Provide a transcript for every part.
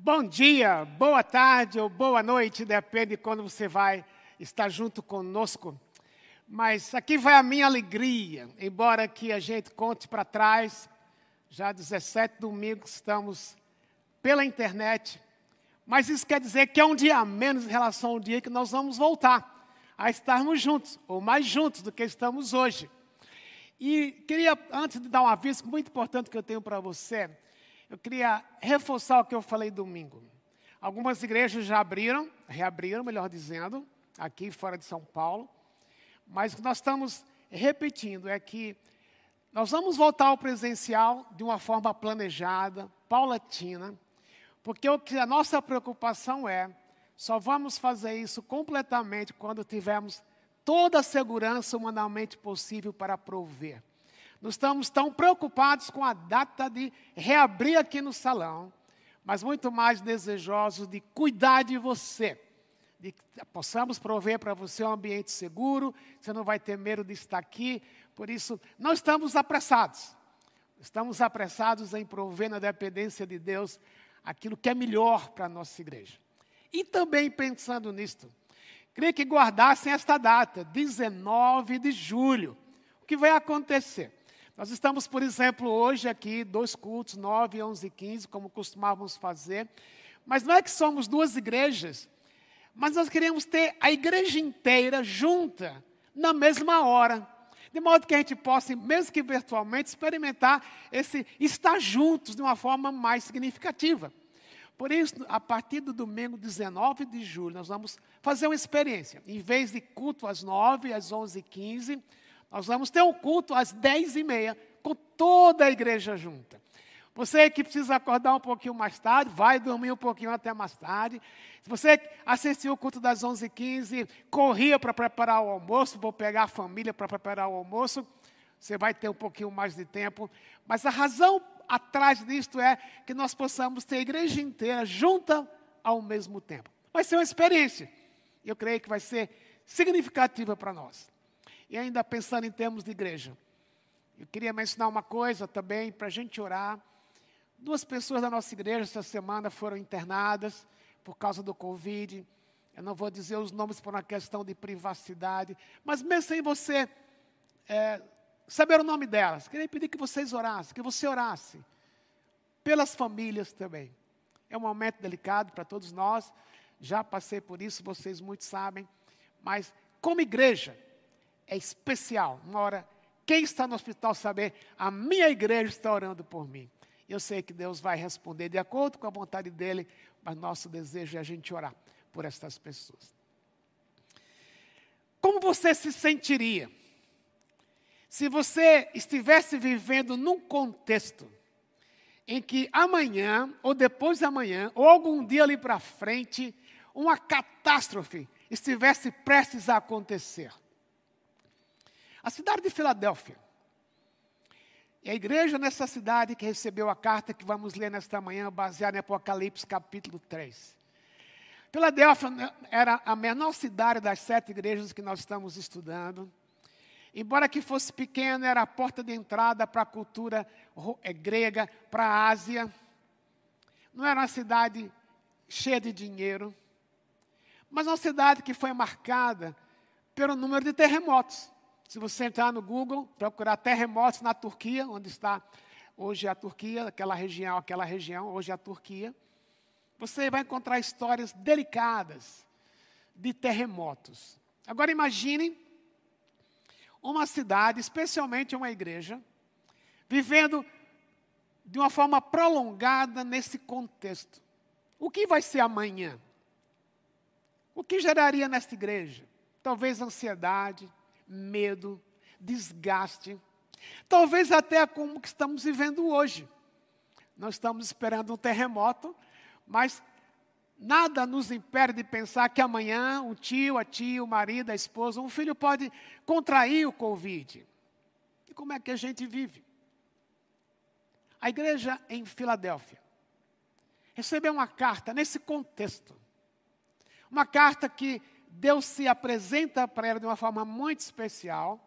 Bom dia, boa tarde ou boa noite, depende de quando você vai estar junto conosco. Mas aqui vai a minha alegria, embora que a gente conte para trás, já 17 domingos estamos pela internet, mas isso quer dizer que é um dia a menos em relação ao dia que nós vamos voltar a estarmos juntos, ou mais juntos do que estamos hoje. E queria, antes de dar um aviso muito importante que eu tenho para você, eu queria reforçar o que eu falei domingo. Algumas igrejas já reabriram, melhor dizendo, aqui fora de São Paulo. Mas o que nós estamos repetindo é que nós vamos voltar ao presencial de uma forma planejada, paulatina, porque o que a nossa preocupação só vamos fazer isso completamente quando tivermos toda a segurança humanamente possível para prover. Não estamos tão preocupados com a data de reabrir aqui no salão, mas muito mais desejosos de cuidar de você, de que possamos prover para você um ambiente seguro, você não vai ter medo de estar aqui. Por isso, não estamos apressados. Estamos apressados em prover na dependência de Deus aquilo que é melhor para a nossa igreja. E também pensando nisto, queria que guardassem esta data, 19 de julho. O que vai acontecer? Nós estamos, por exemplo, hoje aqui, 2 cultos, 9, 11 e 15, como costumávamos fazer. Mas não é que somos 2 igrejas, mas nós queremos ter a igreja inteira junta, na mesma hora. De modo que a gente possa, mesmo que virtualmente, experimentar esse estar juntos de uma forma mais significativa. Por isso, a partir do domingo 19 de julho, nós vamos fazer uma experiência. Em vez de culto às 9, às 11 e 15, nós vamos ter um culto às 10h30, com toda a igreja junta. Você que precisa acordar um pouquinho mais tarde, vai dormir um pouquinho até mais tarde. Se você assistiu o culto das 11h15, corria para preparar o almoço, vou pegar a família para preparar o almoço, você vai ter um pouquinho mais de tempo. Mas a razão atrás disto é que nós possamos ter a igreja inteira junta ao mesmo tempo. Vai ser uma experiência. Eu creio que vai ser significativa para nós. E ainda pensando em termos de igreja, eu queria mencionar uma coisa também para a gente orar. 2 pessoas da nossa igreja essa semana foram internadas por causa do Covid. Eu não vou dizer os nomes por uma questão de privacidade, mas mesmo sem você saber o nome delas, queria pedir que vocês orassem, que você orasse pelas famílias também. É um momento delicado para todos nós, já passei por isso, vocês muito sabem, mas como igreja, é especial. Uma hora, quem está no hospital saber, a minha igreja está orando por mim. Eu sei que Deus vai responder de acordo com a vontade dEle, mas nosso desejo é a gente orar por estas pessoas. Como você se sentiria se você estivesse vivendo num contexto em que amanhã, ou depois de amanhã, ou algum dia ali para frente, uma catástrofe estivesse prestes a acontecer? A cidade de Filadélfia é a igreja nessa cidade que recebeu a carta que vamos ler nesta manhã, baseada em Apocalipse capítulo 3. Filadélfia era a menor cidade das 7 igrejas que nós estamos estudando. Embora que fosse pequena, era a porta de entrada para a cultura grega, para a Ásia. Não era uma cidade cheia de dinheiro, mas uma cidade que foi marcada pelo número de terremotos. Se você entrar no Google, procurar terremotos na Turquia, onde está hoje a Turquia, aquela região, hoje a Turquia, você vai encontrar histórias delicadas de terremotos. Agora imagine uma cidade, especialmente uma igreja, vivendo de uma forma prolongada nesse contexto. O que vai ser amanhã? O que geraria nesta igreja? Talvez ansiedade, medo, desgaste, talvez até como que estamos vivendo hoje. Nós estamos esperando um terremoto, mas nada nos impede de pensar que amanhã um tio, a tia, o marido, a esposa, um filho pode contrair o Covid. E como é que a gente vive? A igreja em Filadélfia recebeu uma carta nesse contexto. Uma carta que Deus se apresenta para ela de uma forma muito especial.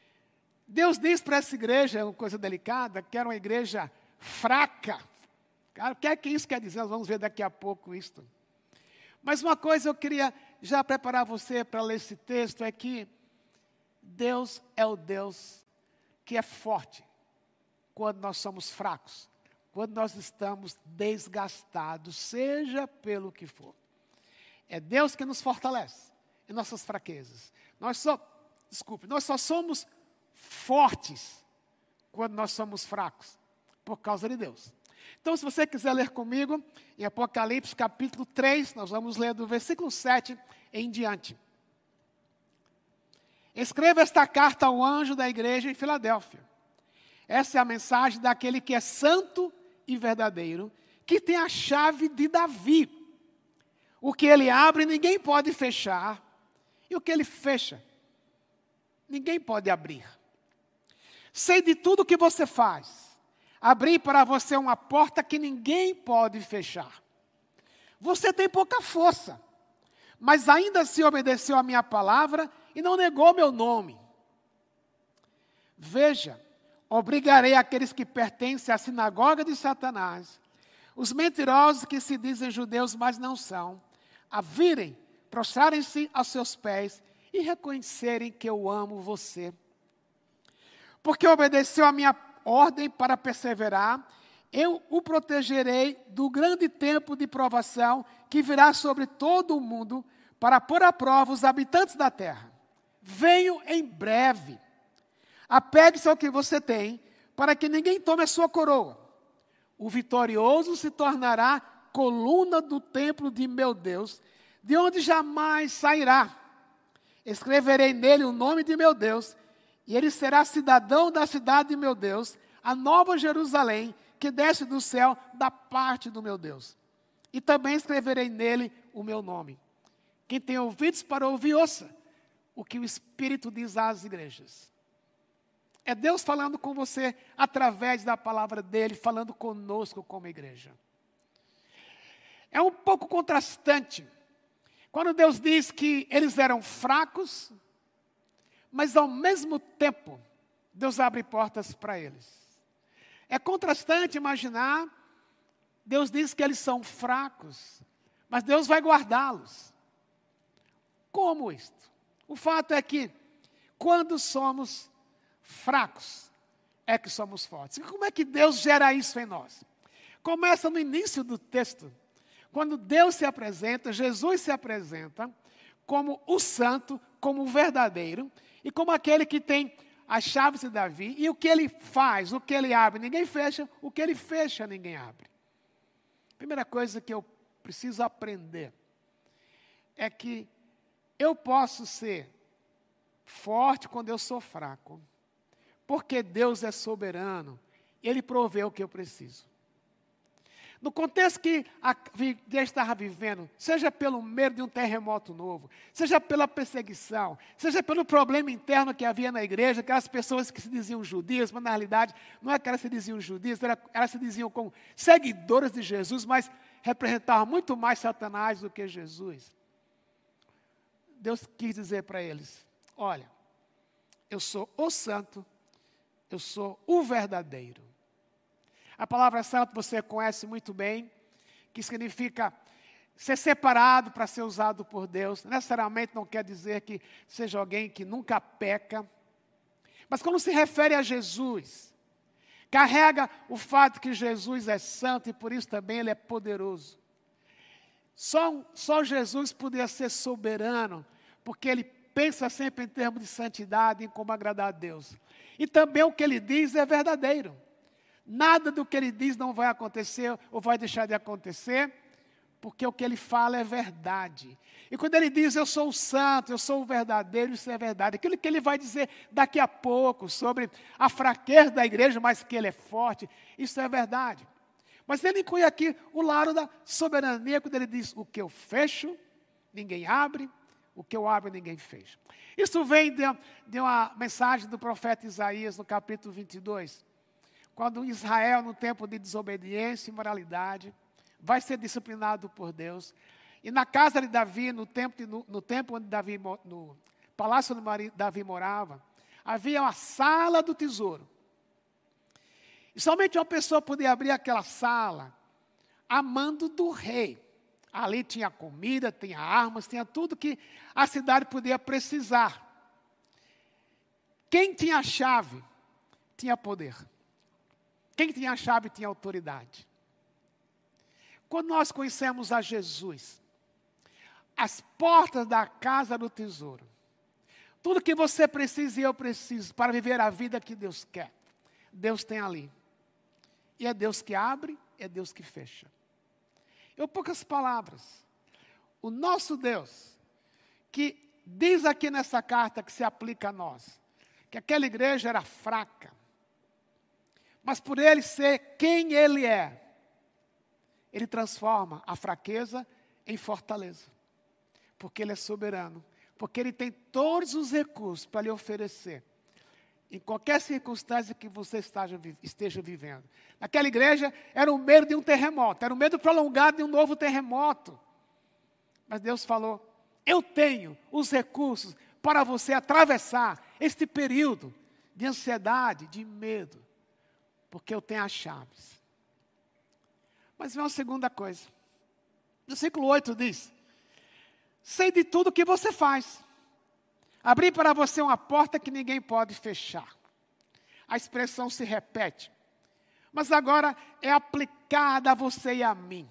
Deus diz para essa igreja, uma coisa delicada, que era uma igreja fraca, O que é que isso quer dizer? Nós vamos ver daqui a pouco isto. Mas uma coisa eu queria já preparar você para ler esse texto, é que Deus é o Deus que é forte quando nós somos fracos, quando nós estamos desgastados, seja pelo que for. É Deus que nos fortalece em nossas fraquezas. Nós só somos fortes quando nós somos fracos, por causa de Deus. Então, se você quiser ler comigo, em Apocalipse capítulo 3, nós vamos ler do versículo 7 em diante. Escreva esta carta ao anjo da igreja em Filadélfia. Essa é a mensagem daquele que é santo e verdadeiro, que tem a chave de Davi. O que ele abre, ninguém pode fechar. E o que ele fecha, ninguém pode abrir. Sei de tudo o que você faz. Abri para você uma porta que ninguém pode fechar. Você tem pouca força, mas ainda assim obedeceu a minha palavra e não negou meu nome. Veja, obrigarei aqueles que pertencem à sinagoga de Satanás, os mentirosos que se dizem judeus, mas não são, a virem, prostrarem-se aos seus pés e reconhecerem que eu amo você. Porque obedeceu a minha ordem para perseverar, eu o protegerei do grande tempo de provação que virá sobre todo o mundo para pôr à prova os habitantes da terra. Venho em breve. Apegue-se ao que você tem, para que ninguém tome a sua coroa. O vitorioso se tornará coluna do templo de meu Deus, de onde jamais sairá. Escreverei nele o nome de meu Deus, e ele será cidadão da cidade de meu Deus, a nova Jerusalém, que desce do céu da parte do meu Deus. E também escreverei nele o meu nome. Quem tem ouvidos para ouvir, ouça o que o Espírito diz às igrejas. É Deus falando com você através da palavra dele, falando conosco como igreja. É um pouco contrastante quando Deus diz que eles eram fracos, mas ao mesmo tempo Deus abre portas para eles. É contrastante imaginar, Deus diz que eles são fracos, mas Deus vai guardá-los. Como isto? O fato é que quando somos fracos, é que somos fortes. E como é que Deus gera isso em nós? Começa no início do texto, quando Deus se apresenta, Jesus se apresenta como o santo, como o verdadeiro, e como aquele que tem as chaves de Davi, e o que ele faz, o que ele abre, ninguém fecha, o que ele fecha, ninguém abre. Primeira coisa que eu preciso aprender é que eu posso ser forte quando eu sou fraco, porque Deus é soberano, Ele provê o que eu preciso. No contexto que a igreja estava vivendo, seja pelo medo de um terremoto novo, seja pela perseguição, seja pelo problema interno que havia na igreja, aquelas pessoas que se diziam judias, mas na realidade não é que elas se diziam judias, elas se diziam como seguidoras de Jesus, mas representavam muito mais Satanás do que Jesus. Deus quis dizer para eles, olha, eu sou o santo, eu sou o verdadeiro. A palavra santo você conhece muito bem, que significa ser separado para ser usado por Deus. Necessariamente não quer dizer que seja alguém que nunca peca. Mas quando se refere a Jesus, carrega o fato que Jesus é santo e por isso também Ele é poderoso. Só Jesus poderia ser soberano, porque Ele pensa sempre em termos de santidade, em como agradar a Deus. E também o que Ele diz é verdadeiro. Nada do que Ele diz não vai acontecer ou vai deixar de acontecer, porque o que Ele fala é verdade. E quando Ele diz, eu sou o santo, eu sou o verdadeiro, isso é verdade. Aquilo que Ele vai dizer daqui a pouco sobre a fraqueza da igreja, mas que Ele é forte, isso é verdade. Mas Ele inclui aqui o lado da soberania, quando Ele diz, o que eu fecho, ninguém abre, o que eu abro, ninguém fecha. Isso vem de uma mensagem do profeta Isaías, no capítulo 22, quando Israel, no tempo de desobediência e imoralidade, vai ser disciplinado por Deus. E na casa de Davi, no templo onde Davi, no palácio onde Davi morava, havia uma sala do tesouro. E somente uma pessoa podia abrir aquela sala a mando do rei. Ali tinha comida, tinha armas, tinha tudo que a cidade podia precisar. Quem tinha a chave tinha poder. Quem tinha a chave tinha autoridade. Quando nós conhecemos a Jesus, as portas da casa do tesouro, tudo que você precisa e eu preciso para viver a vida que Deus quer, Deus tem ali. E é Deus que abre, é Deus que fecha. Em poucas palavras, o nosso Deus, que diz aqui nessa carta que se aplica a nós, que aquela igreja era fraca, mas por ele ser quem ele é, ele transforma a fraqueza em fortaleza, porque ele é soberano, porque ele tem todos os recursos para lhe oferecer, em qualquer circunstância que você esteja vivendo. Naquela igreja era o medo de um terremoto, era o medo prolongado de um novo terremoto. Mas Deus falou, eu tenho os recursos para você atravessar este período de ansiedade, de medo, porque eu tenho as chaves. Mas vem uma segunda coisa. Versículo 8 diz, sei de tudo que você faz. Abri para você uma porta que ninguém pode fechar. A expressão se repete, mas agora é aplicada a você e a mim.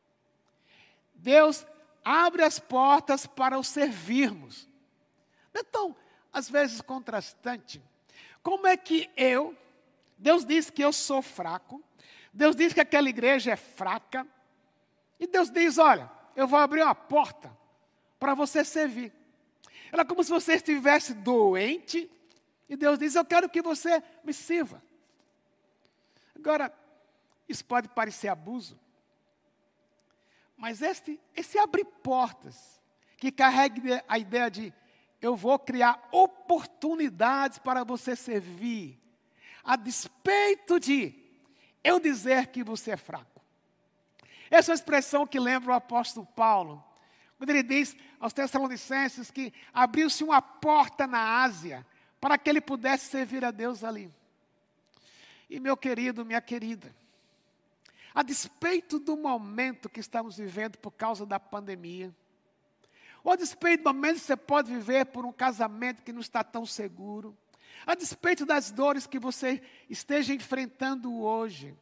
Deus abre as portas para o servirmos. Então, às vezes contrastante, como é que Deus diz que eu sou fraco, Deus diz que aquela igreja é fraca, e Deus diz, olha, eu vou abrir uma porta para você servir. Era como se você estivesse doente, e Deus diz, eu quero que você me sirva. Agora, isso pode parecer abuso, mas esse abrir portas, que carrega a ideia de, eu vou criar oportunidades para você servir, a despeito de eu dizer que você é fraco. Essa é uma expressão que lembra o apóstolo Paulo, quando ele diz aos Tessalonicenses que abriu-se uma porta na Ásia para que ele pudesse servir a Deus ali. E meu querido, minha querida, a despeito do momento que estamos vivendo por causa da pandemia, ou a despeito do momento que você pode viver por um casamento que não está tão seguro, a despeito das dores que você esteja enfrentando hoje,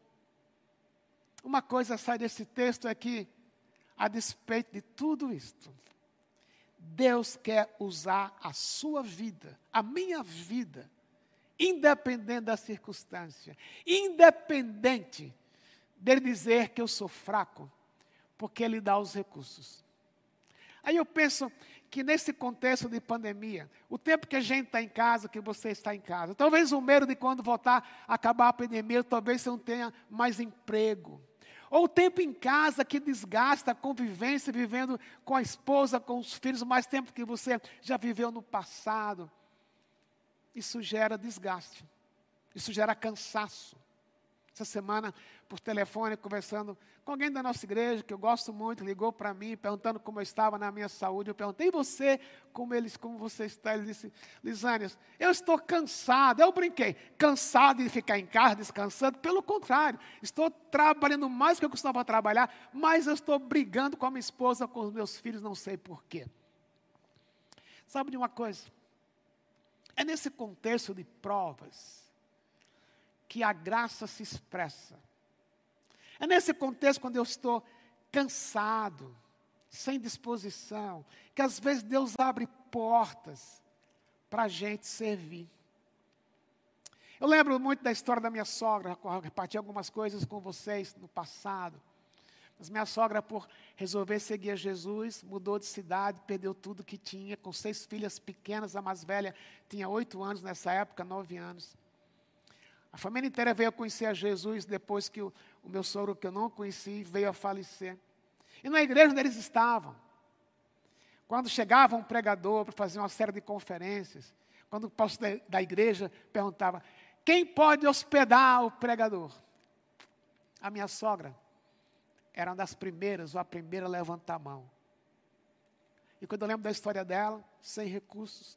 uma coisa sai desse texto é que, a despeito de tudo isto, Deus quer usar a sua vida, a minha vida, independente da circunstância, independente dele dizer que eu sou fraco, porque ele dá os recursos. Aí eu penso que nesse contexto de pandemia, o tempo que a gente está em casa, que você está em casa, talvez o medo de quando voltar a acabar a pandemia, talvez você não tenha mais emprego. Ou o tempo em casa que desgasta a convivência, vivendo com a esposa, com os filhos, mais tempo que você já viveu no passado. Isso gera desgaste, isso gera cansaço. Essa semana, por telefone, conversando com alguém da nossa igreja, que eu gosto muito, ligou para mim, perguntando como eu estava na minha saúde. Eu perguntei, e você, como você está? Ele disse, Lisânias, eu estou cansado. Eu brinquei, cansado de ficar em casa, descansando. Pelo contrário, estou trabalhando mais do que eu costumava trabalhar, mas eu estou brigando com a minha esposa, com os meus filhos, não sei porquê. Sabe de uma coisa? É nesse contexto de provas que a graça se expressa. É nesse contexto, quando eu estou cansado, sem disposição, que às vezes Deus abre portas para a gente servir. Eu lembro muito da história da minha sogra, reparti algumas coisas com vocês no passado. Mas minha sogra, por resolver seguir a Jesus, mudou de cidade, perdeu tudo que tinha, com 6 filhas pequenas, a mais velha tinha 8 anos nessa época, 9 anos. A família inteira veio a conhecer a Jesus depois que o meu sogro, que eu não conheci, veio a falecer. E na igreja onde eles estavam, quando chegava um pregador para fazer uma série de conferências, quando o pastor da igreja perguntava, quem pode hospedar o pregador? A minha sogra era uma das primeiras, ou a primeira a levantar a mão. E quando eu lembro da história dela, sem recursos,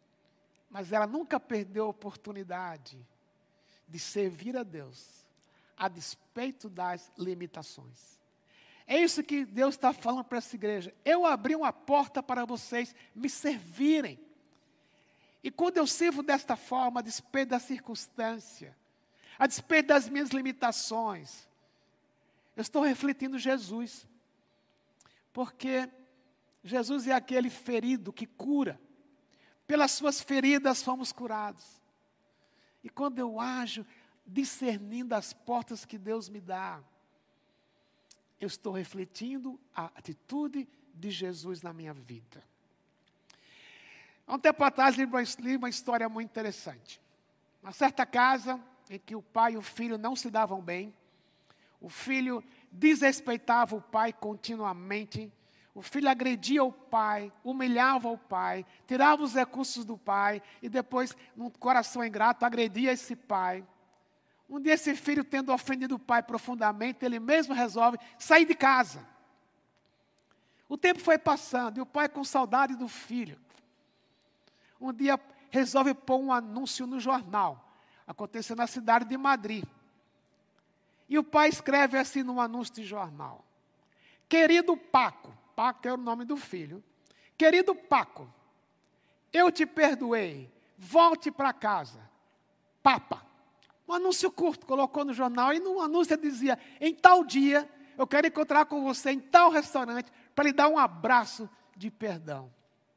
mas ela nunca perdeu a oportunidade de servir a Deus, a despeito das limitações. É isso que Deus está falando para essa igreja. Eu abri uma porta para vocês me servirem. E quando eu sirvo desta forma, a despeito da circunstância, a despeito das minhas limitações, eu estou refletindo Jesus. Porque Jesus é aquele ferido que cura. Pelas suas feridas fomos curados. E quando eu ajo discernindo as portas que Deus me dá, eu estou refletindo a atitude de Jesus na minha vida. Há um tempo atrás li uma história muito interessante. Uma certa casa em que o pai e o filho não se davam bem. O filho desrespeitava o pai continuamente. O filho agredia o pai, humilhava o pai, tirava os recursos do pai e depois, num coração ingrato, agredia esse pai. Um dia esse filho, tendo ofendido o pai profundamente, ele mesmo resolve sair de casa. O tempo foi passando e o pai, com saudade do filho, um dia resolve pôr um anúncio no jornal. Aconteceu na cidade de Madrid. E o pai escreve assim num anúncio de jornal: querido Paco, Paco é o nome do filho. Querido Paco, eu te perdoei, volte para casa. Papa. Um anúncio curto, colocou no jornal, e no anúncio ele dizia: em tal dia, eu quero encontrar com você em tal restaurante, para lhe dar um abraço de perdão.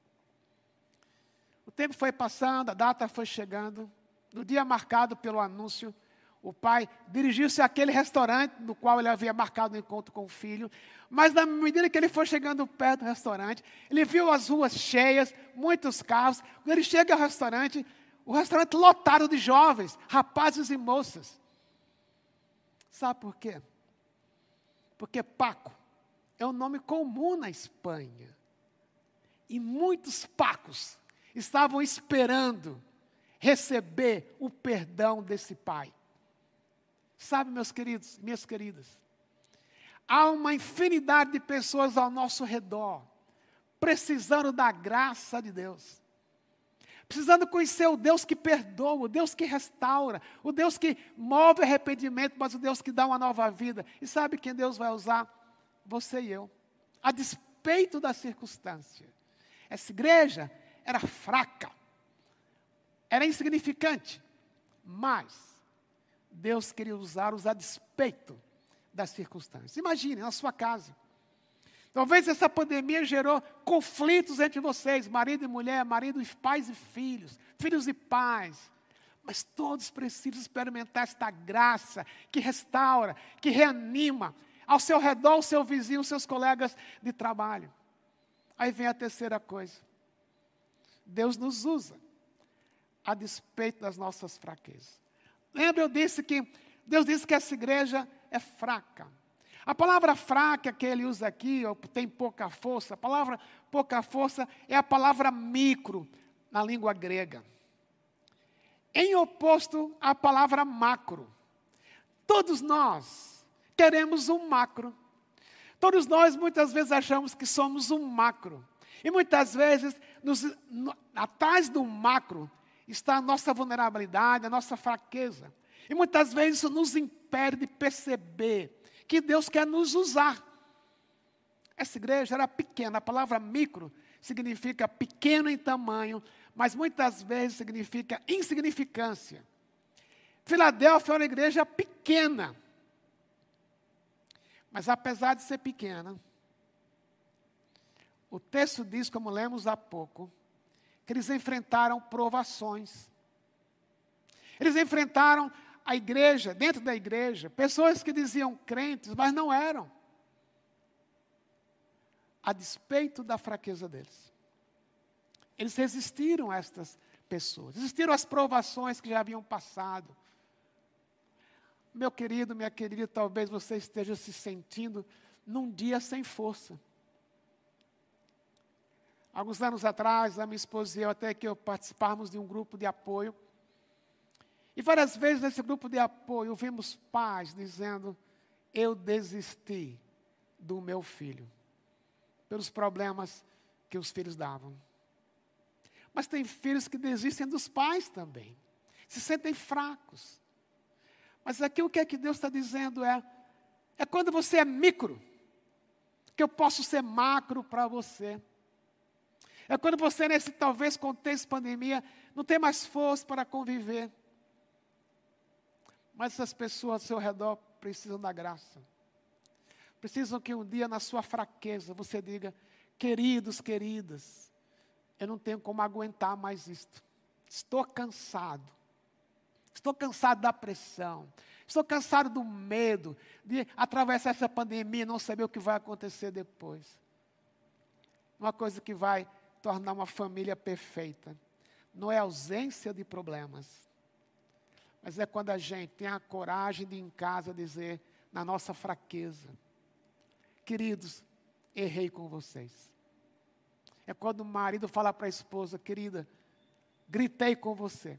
O tempo foi passando, a data foi chegando. No dia marcado pelo anúncio, o pai dirigiu-se àquele restaurante no qual ele havia marcado o encontro com o filho. Mas na medida que ele foi chegando perto do restaurante, ele viu as ruas cheias, muitos carros. Quando ele chega ao restaurante, o restaurante lotado de jovens, rapazes e moças. Sabe por quê? Porque Paco é um nome comum na Espanha. E muitos Pacos estavam esperando receber o perdão desse pai. Sabe, meus queridos, minhas queridas, há uma infinidade de pessoas ao nosso redor, precisando da graça de Deus. Precisando conhecer o Deus que perdoa, o Deus que restaura, o Deus que move arrependimento, mas o Deus que dá uma nova vida. E sabe quem Deus vai usar? Você e eu. A despeito da circunstância. Essa igreja era fraca, era insignificante, mas Deus queria usá-los a despeito das circunstâncias. Imagine, na sua casa. Talvez essa pandemia gerou conflitos entre vocês, marido e mulher, marido e pais e filhos, filhos e pais. Mas todos precisam experimentar esta graça que restaura, que reanima. Ao seu redor, o seu vizinho, os seus colegas de trabalho. Aí vem a terceira coisa. Deus nos usa a despeito das nossas fraquezas. Lembra, Deus disse que essa igreja é fraca. A palavra fraca que ele usa aqui, tem pouca força, a palavra pouca força é a palavra micro na língua grega. Em oposto à palavra macro. Todos nós queremos um macro. Todos nós muitas vezes achamos que somos um macro. E muitas vezes, atrás do macro, está a nossa vulnerabilidade, a nossa fraqueza. E muitas vezes isso nos impede de perceber que Deus quer nos usar. Essa igreja era pequena, a palavra micro significa pequeno em tamanho, mas muitas vezes significa insignificância. Filadélfia é uma igreja pequena, mas apesar de ser pequena, o texto diz, como lemos há pouco, que eles enfrentaram provações. Eles enfrentaram a igreja, dentro da igreja, pessoas que diziam crentes, mas não eram. A despeito da fraqueza deles. Eles resistiram a estas pessoas, resistiram às provações que já haviam passado. Meu querido, minha querida, talvez você esteja se sentindo num dia sem força. Alguns anos atrás, a minha esposa e eu, até que participávamos de um grupo de apoio. E várias vezes nesse grupo de apoio, vimos pais dizendo: eu desisti do meu filho, pelos problemas que os filhos davam. Mas tem filhos que desistem dos pais também, se sentem fracos. Mas aqui o que é que Deus está dizendo é quando você é micro, que eu posso ser macro para você. É quando você, nesse talvez contexto de pandemia, não tem mais força para conviver. Mas essas pessoas ao seu redor precisam da graça. Precisam que um dia, na sua fraqueza, você diga: queridos, queridas, eu não tenho como aguentar mais isto. Estou cansado. Estou cansado da pressão. Estou cansado do medo de atravessar essa pandemia e não saber o que vai acontecer depois. Uma coisa que vai tornar uma família perfeita não é a ausência de problemas, mas é quando a gente tem a coragem de em casa dizer, na nossa fraqueza: queridos, errei com vocês. É quando o marido fala para a esposa: querida, gritei com você,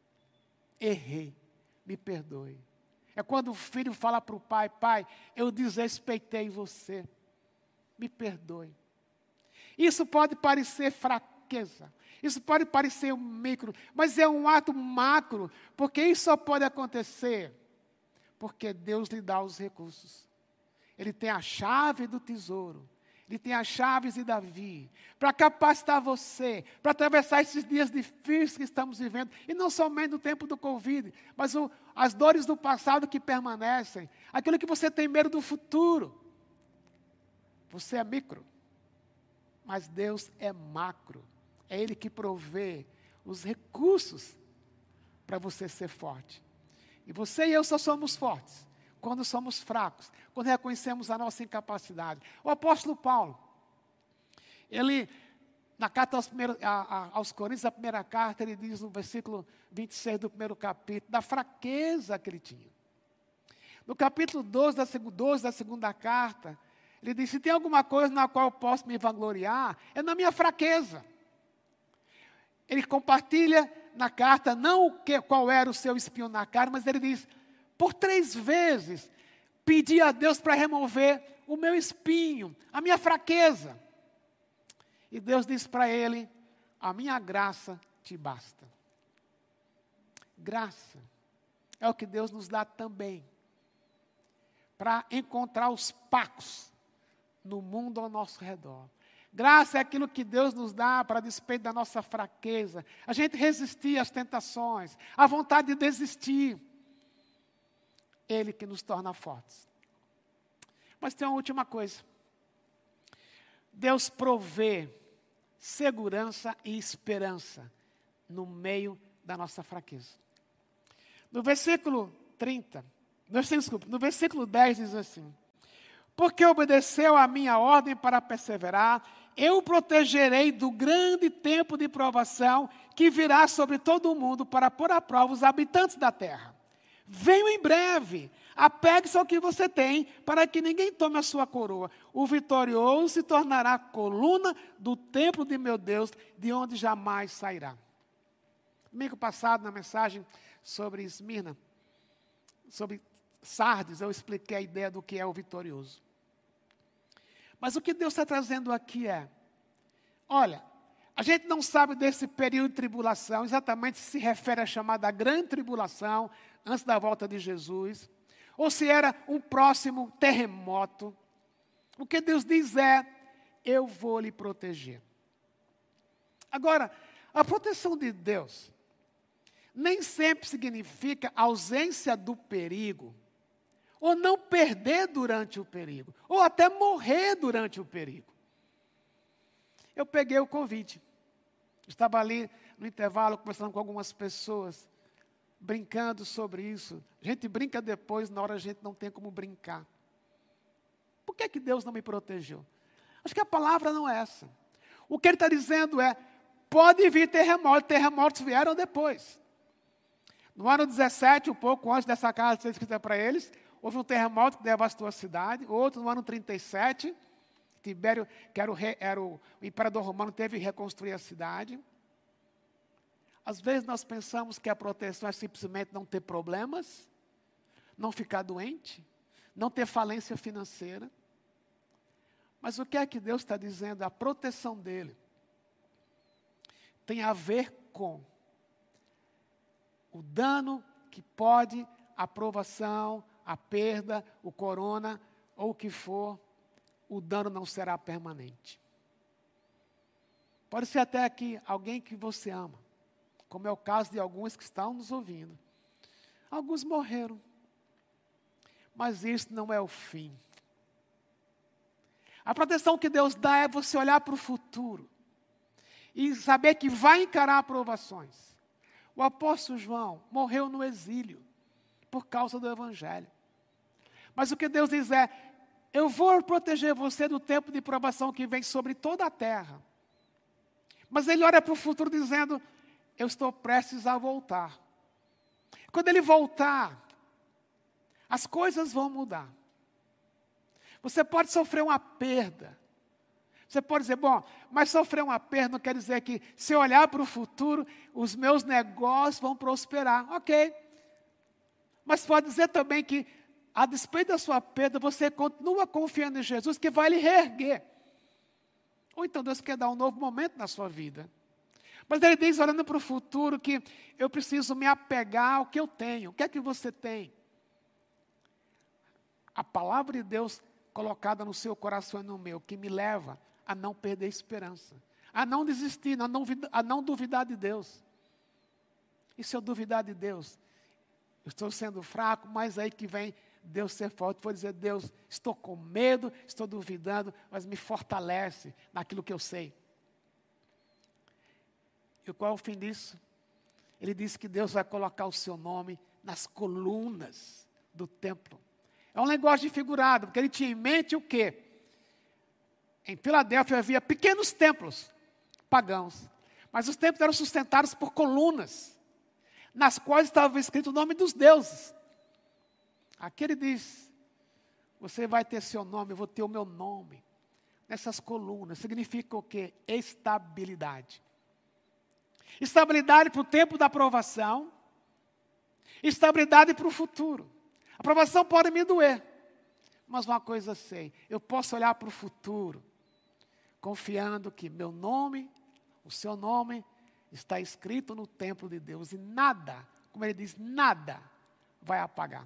errei, me perdoe. É quando o filho fala para o pai: pai, eu desrespeitei você, me perdoe. Isso pode parecer fraqueza, isso pode parecer um micro, mas é um ato macro, porque isso só pode acontecer porque Deus lhe dá os recursos. Ele tem a chave do tesouro, Ele tem as chaves de Davi, para capacitar você, para atravessar esses dias difíceis que estamos vivendo, e não somente no tempo do Covid, mas as dores do passado que permanecem, aquilo que você tem medo do futuro. Você é micro, mas Deus é macro. É Ele que provê os recursos para você ser forte. E você e eu só somos fortes quando somos fracos, quando reconhecemos a nossa incapacidade. O apóstolo Paulo, ele, na carta aos Coríntios, a primeira carta, ele diz no versículo 26 do primeiro capítulo, da fraqueza que ele tinha. No capítulo 12 da segunda carta, ele diz: se tem alguma coisa na qual eu posso me vangloriar, é na minha fraqueza. Ele compartilha na carta, não qual era o seu espinho na carne, mas ele diz: por 3 vezes, pedi a Deus para remover o meu espinho, a minha fraqueza. E Deus disse para ele: a minha graça te basta. Graça é o que Deus nos dá também, para encontrar os pacos no mundo ao nosso redor. Graça é aquilo que Deus nos dá para despeito da nossa fraqueza, a gente resistir às tentações, a vontade de desistir. Ele que nos torna fortes. Mas tem uma última coisa. Deus provê segurança e esperança no meio da nossa fraqueza. No versículo 10 diz assim: porque obedeceu a minha ordem para perseverar, eu o protegerei do grande tempo de provação que virá sobre todo o mundo para pôr à prova os habitantes da terra. Venho em breve, apegue-se ao que você tem, para que ninguém tome a sua coroa. O vitorioso se tornará coluna do templo de meu Deus, de onde jamais sairá. Domingo passado, na mensagem sobre Esmirna, sobre Sardes, eu expliquei a ideia do que é o vitorioso. Mas o que Deus está trazendo aqui olha, a gente não sabe desse período de tribulação, exatamente se refere à chamada grande tribulação, antes da volta de Jesus, ou se era um próximo terremoto. O que Deus diz eu vou lhe proteger. Agora, a proteção de Deus nem sempre significa ausência do perigo, ou não perder durante o perigo, ou até morrer durante o perigo. Eu peguei o Covid. Estava ali no intervalo conversando com algumas pessoas, brincando sobre isso. A gente brinca depois, na hora a gente não tem como brincar. Por que Deus não me protegeu? Acho que a palavra não é essa. O que ele está dizendo pode vir terremotos vieram depois. No ano 17, um pouco antes dessa carta ser escrita para eles, houve um terremoto que devastou a cidade. Outro no ano 37, Tibério, que era o imperador romano, teve que reconstruir a cidade. Às vezes nós pensamos que a proteção é simplesmente não ter problemas, não ficar doente, não ter falência financeira. Mas o que é que Deus está dizendo? A proteção dele tem a ver com o dano que pode a provação, a perda, o corona ou o que for, o dano não será permanente. Pode ser até que alguém que você ama, como é o caso de alguns que estão nos ouvindo. Alguns morreram, mas isso não é o fim. A proteção que Deus dá é você olhar para o futuro e saber que vai encarar provações. O apóstolo João morreu no exílio por causa do Evangelho. Mas o que Deus diz é, eu vou proteger você do tempo de provação que vem sobre toda a terra. Mas ele olha para o futuro dizendo, eu estou prestes a voltar. Quando ele voltar, as coisas vão mudar. Você pode sofrer uma perda. Você pode dizer, bom, mas sofrer uma perda não quer dizer que se eu olhar para o futuro, os meus negócios vão prosperar. Ok. Mas pode dizer também que, a despeito da sua perda, você continua confiando em Jesus que vai lhe reerguer. Ou então Deus quer dar um novo momento na sua vida. Mas ele diz, olhando para o futuro, que eu preciso me apegar ao que eu tenho. O que é que você tem? A palavra de Deus colocada no seu coração e no meu, que me leva a não perder esperança, a não desistir, a não duvidar de Deus. E se eu duvidar de Deus, eu estou sendo fraco, mas aí que vem Deus ser forte. Vou dizer, Deus, estou com medo, estou duvidando, mas me fortalece naquilo que eu sei. E qual é o fim disso? Ele disse que Deus vai colocar o seu nome nas colunas do templo. É um linguagem figurado, porque ele tinha em mente o quê? Em Filadélfia havia pequenos templos pagãos, mas os templos eram sustentados por colunas, nas quais estava escrito o nome dos deuses. Aqui ele diz, você vai ter seu nome, eu vou ter o meu nome. Nessas colunas, significa o quê? Estabilidade. Estabilidade para o tempo da aprovação, estabilidade para o futuro. A aprovação pode me doer, mas uma coisa sei, eu posso olhar para o futuro, confiando que meu nome, o seu nome, está escrito no templo de Deus, e nada, como ele diz, nada vai apagar.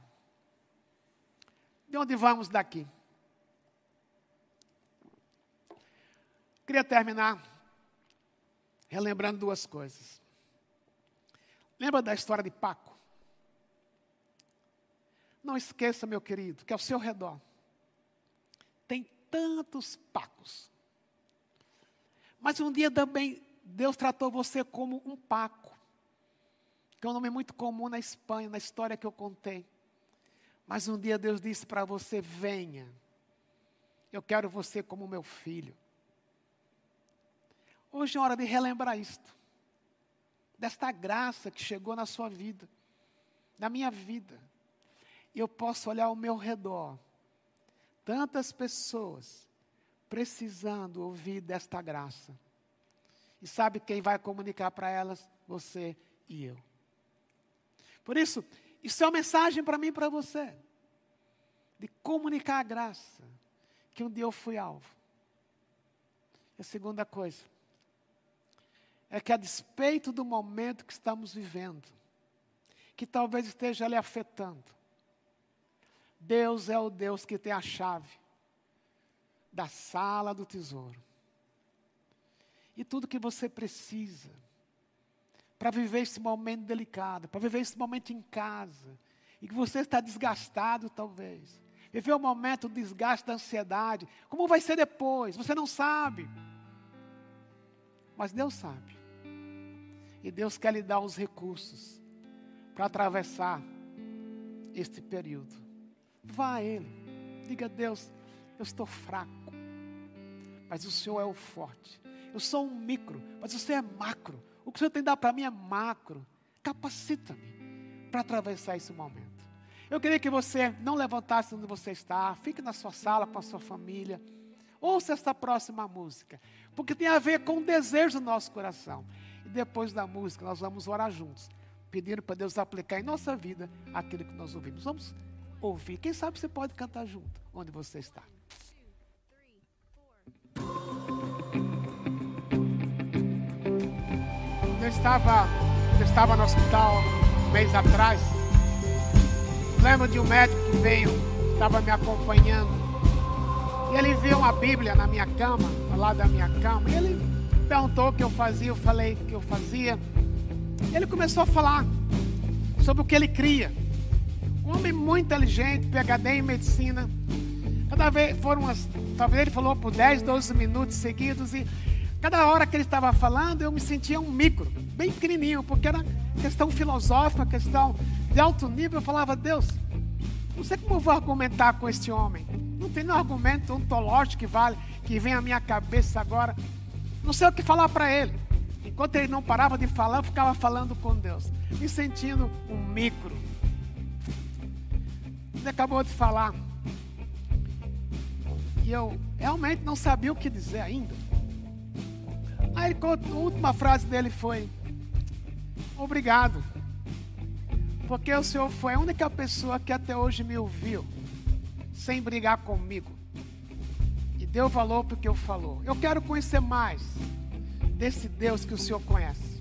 De onde vamos daqui? Queria terminar relembrando duas coisas. Lembra da história de Paco? Não esqueça, meu querido, que ao seu redor tem tantos Pacos. Mas um dia também Deus tratou você como um Paco, que é um nome muito comum na Espanha, na história que eu contei. Mas um dia Deus disse para você, venha, eu quero você como meu filho. Hoje é hora de relembrar isto, desta graça que chegou na sua vida, na minha vida. E eu posso olhar ao meu redor, tantas pessoas precisando ouvir desta graça. E sabe quem vai comunicar para elas? Você e eu. Por isso, isso é uma mensagem para mim e para você, de comunicar a graça, que um dia eu fui alvo. E a segunda coisa, é que a despeito do momento que estamos vivendo, que talvez esteja lhe afetando, Deus é o Deus que tem a chave da sala do tesouro. E tudo que você precisa para viver esse momento delicado, para viver esse momento em casa, e que você está desgastado talvez, viver o momento do desgaste da ansiedade, como vai ser depois, você não sabe, mas Deus sabe, e Deus quer lhe dar os recursos para atravessar este período. Vá a Ele, diga a Deus, eu estou fraco, mas o Senhor é o forte. Eu sou um micro, mas você é macro. O que o Senhor tem que dar para mim é macro. Capacita-me para atravessar esse momento. Eu queria que você não levantasse onde você está, fique na sua sala com a sua família. Ouça essa próxima música, porque tem a ver com o desejo do nosso coração. E depois da música nós vamos orar juntos, pedindo para Deus aplicar em nossa vida aquilo que nós ouvimos. Vamos ouvir. Quem sabe você pode cantar junto, onde você está. Eu estava no hospital um mês atrás. lembro de um médico que veio, estava me acompanhando. E ele viu uma Bíblia na minha cama, ao lado da minha cama. E ele perguntou o que eu fazia, eu falei o que eu fazia. E ele começou a falar sobre o que ele cria. Um homem muito inteligente, PhD em medicina. Cada vez talvez ele falou por 10, 12 minutos seguidos. E cada hora que ele estava falando, eu me sentia um micro, bem pequenininho, porque era questão filosófica, questão de alto nível. Eu falava, Deus, não sei como eu vou argumentar com este homem. Não tem nenhum argumento ontológico que vem à minha cabeça agora. Não sei o que falar para ele. Enquanto ele não parava de falar, eu ficava falando com Deus, me sentindo um micro. Ele acabou de falar. E eu realmente não sabia o que dizer ainda. Aí a última frase dele foi: obrigado, porque o Senhor foi a única pessoa que até hoje me ouviu sem brigar comigo e deu valor para o que eu falou. Eu quero conhecer mais desse Deus que o Senhor conhece.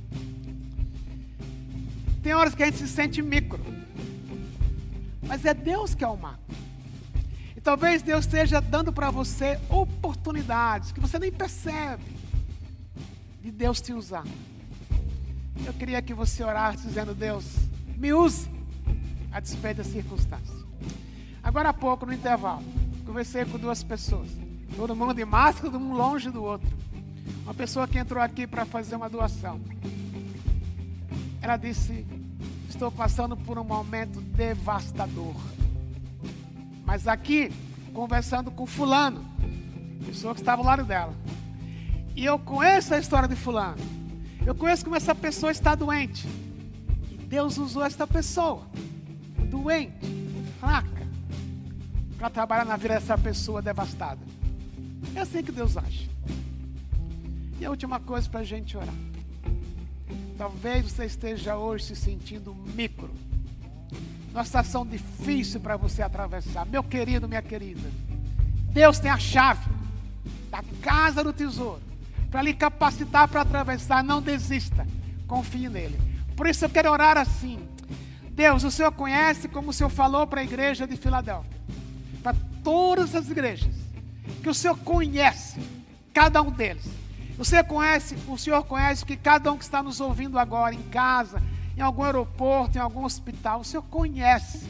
Tem horas que a gente se sente micro, mas é Deus que é o macro. E talvez Deus esteja dando para você oportunidades que você nem percebe de Deus te usar. Eu queria que você orasse dizendo: Deus, me use a despeito das circunstâncias. Agora há pouco, no intervalo, conversei com duas pessoas, todo mundo de máscara, todo mundo longe do outro. Uma pessoa que entrou aqui para fazer uma doação. Ela disse: estou passando por um momento devastador, mas aqui, conversando com fulano, pessoa que estava ao lado dela, e eu conheço a história de fulano, eu conheço como essa pessoa está doente, e Deus usou essa pessoa, doente, fraca, para trabalhar na vida dessa pessoa devastada. É assim que Deus age. E a última coisa para a gente orar. Talvez você esteja hoje se sentindo micro, numa situação difícil para você atravessar. Meu querido, minha querida, Deus tem a chave da casa do tesouro para lhe capacitar para atravessar. Não desista, confie nele. Por isso eu quero orar assim: Deus, o Senhor conhece, como o Senhor falou para a igreja de Filadélfia, para todas as igrejas, que o Senhor conhece cada um deles. O Senhor conhece que cada um que está nos ouvindo agora, em casa, em algum aeroporto, em algum hospital, o Senhor conhece.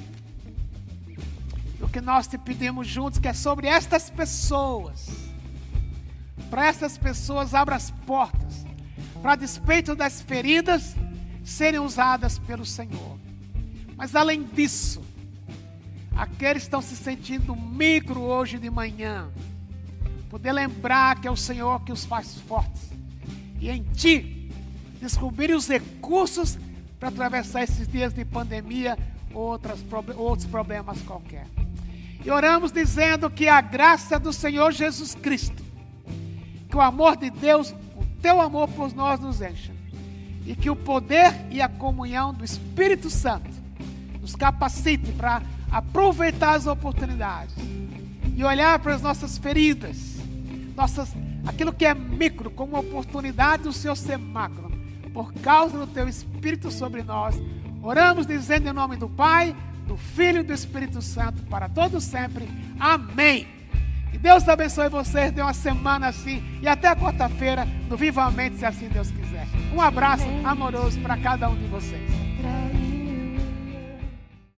O que nós te pedimos juntos, que é sobre estas pessoas. Para essas pessoas, abra as portas, para despeito das feridas, serem usadas pelo Senhor. Mas além disso, aqueles que estão se sentindo micro hoje de manhã, poder lembrar que é o Senhor que os faz fortes, e em Ti descobrir os recursos para atravessar esses dias de pandemia ou outros problemas qualquer. E oramos dizendo que a graça do Senhor Jesus Cristo, que o amor de Deus, o Teu amor por nós nos encha, e que o poder e a comunhão do Espírito Santo nos capacite para aproveitar as oportunidades e olhar para as nossas feridas, aquilo que é micro, como oportunidade do Senhor ser macro, por causa do Teu Espírito sobre nós. Oramos dizendo em nome do Pai, do Filho e do Espírito Santo, para todos sempre. Amém. E Deus abençoe vocês, dê uma semana assim, e até quarta-feira, no Vivamente, se assim Deus quiser. Um abraço amoroso para cada um de vocês.